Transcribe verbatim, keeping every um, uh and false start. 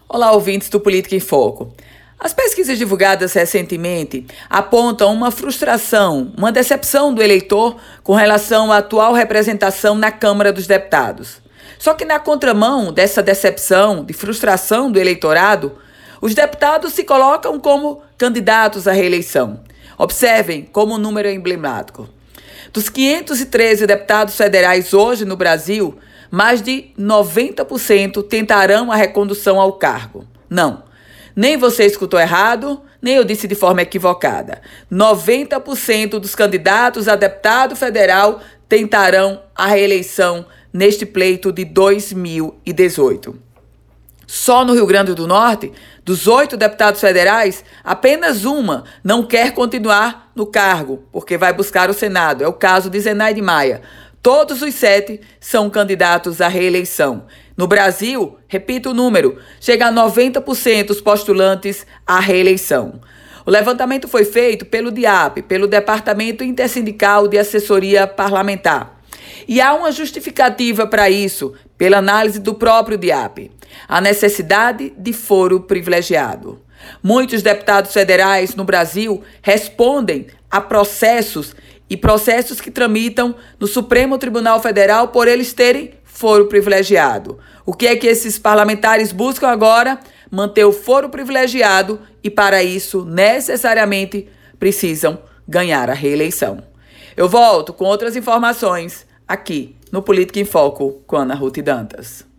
Olá, ouvintes do Política em Foco. As pesquisas divulgadas recentemente apontam uma frustração, uma decepção do eleitor com relação à atual representação na Câmara dos Deputados. Só que na contramão dessa decepção, de frustração do eleitorado, os deputados se colocam como candidatos à reeleição. Observem como o número é emblemático. Dos quinhentos e treze deputados federais hoje no Brasil, mais de noventa por cento tentarão a recondução ao cargo. Não, nem você escutou errado, nem eu disse de forma equivocada. noventa por cento dos candidatos a deputado federal tentarão a reeleição neste pleito de dois mil e dezoito. Só no Rio Grande do Norte, dos oito deputados federais, apenas uma não quer continuar no cargo, porque vai buscar o Senado. É o caso de Zenaide Maia. Todos os sete são candidatos à reeleição. No Brasil, repito o número, chega a noventa por cento os postulantes à reeleição. O levantamento foi feito pelo D I A P, pelo Departamento Intersindical de Assessoria Parlamentar. E há uma justificativa para isso, pela análise do próprio D I A P: a necessidade de foro privilegiado. Muitos deputados federais no Brasil respondem a processos e processos que tramitam no Supremo Tribunal Federal por eles terem foro privilegiado. O que é que esses parlamentares buscam agora? Manter o foro privilegiado e, para isso, necessariamente precisam ganhar a reeleição. Eu volto com outras informações aqui no Política em Foco com Ana Ruth Dantas.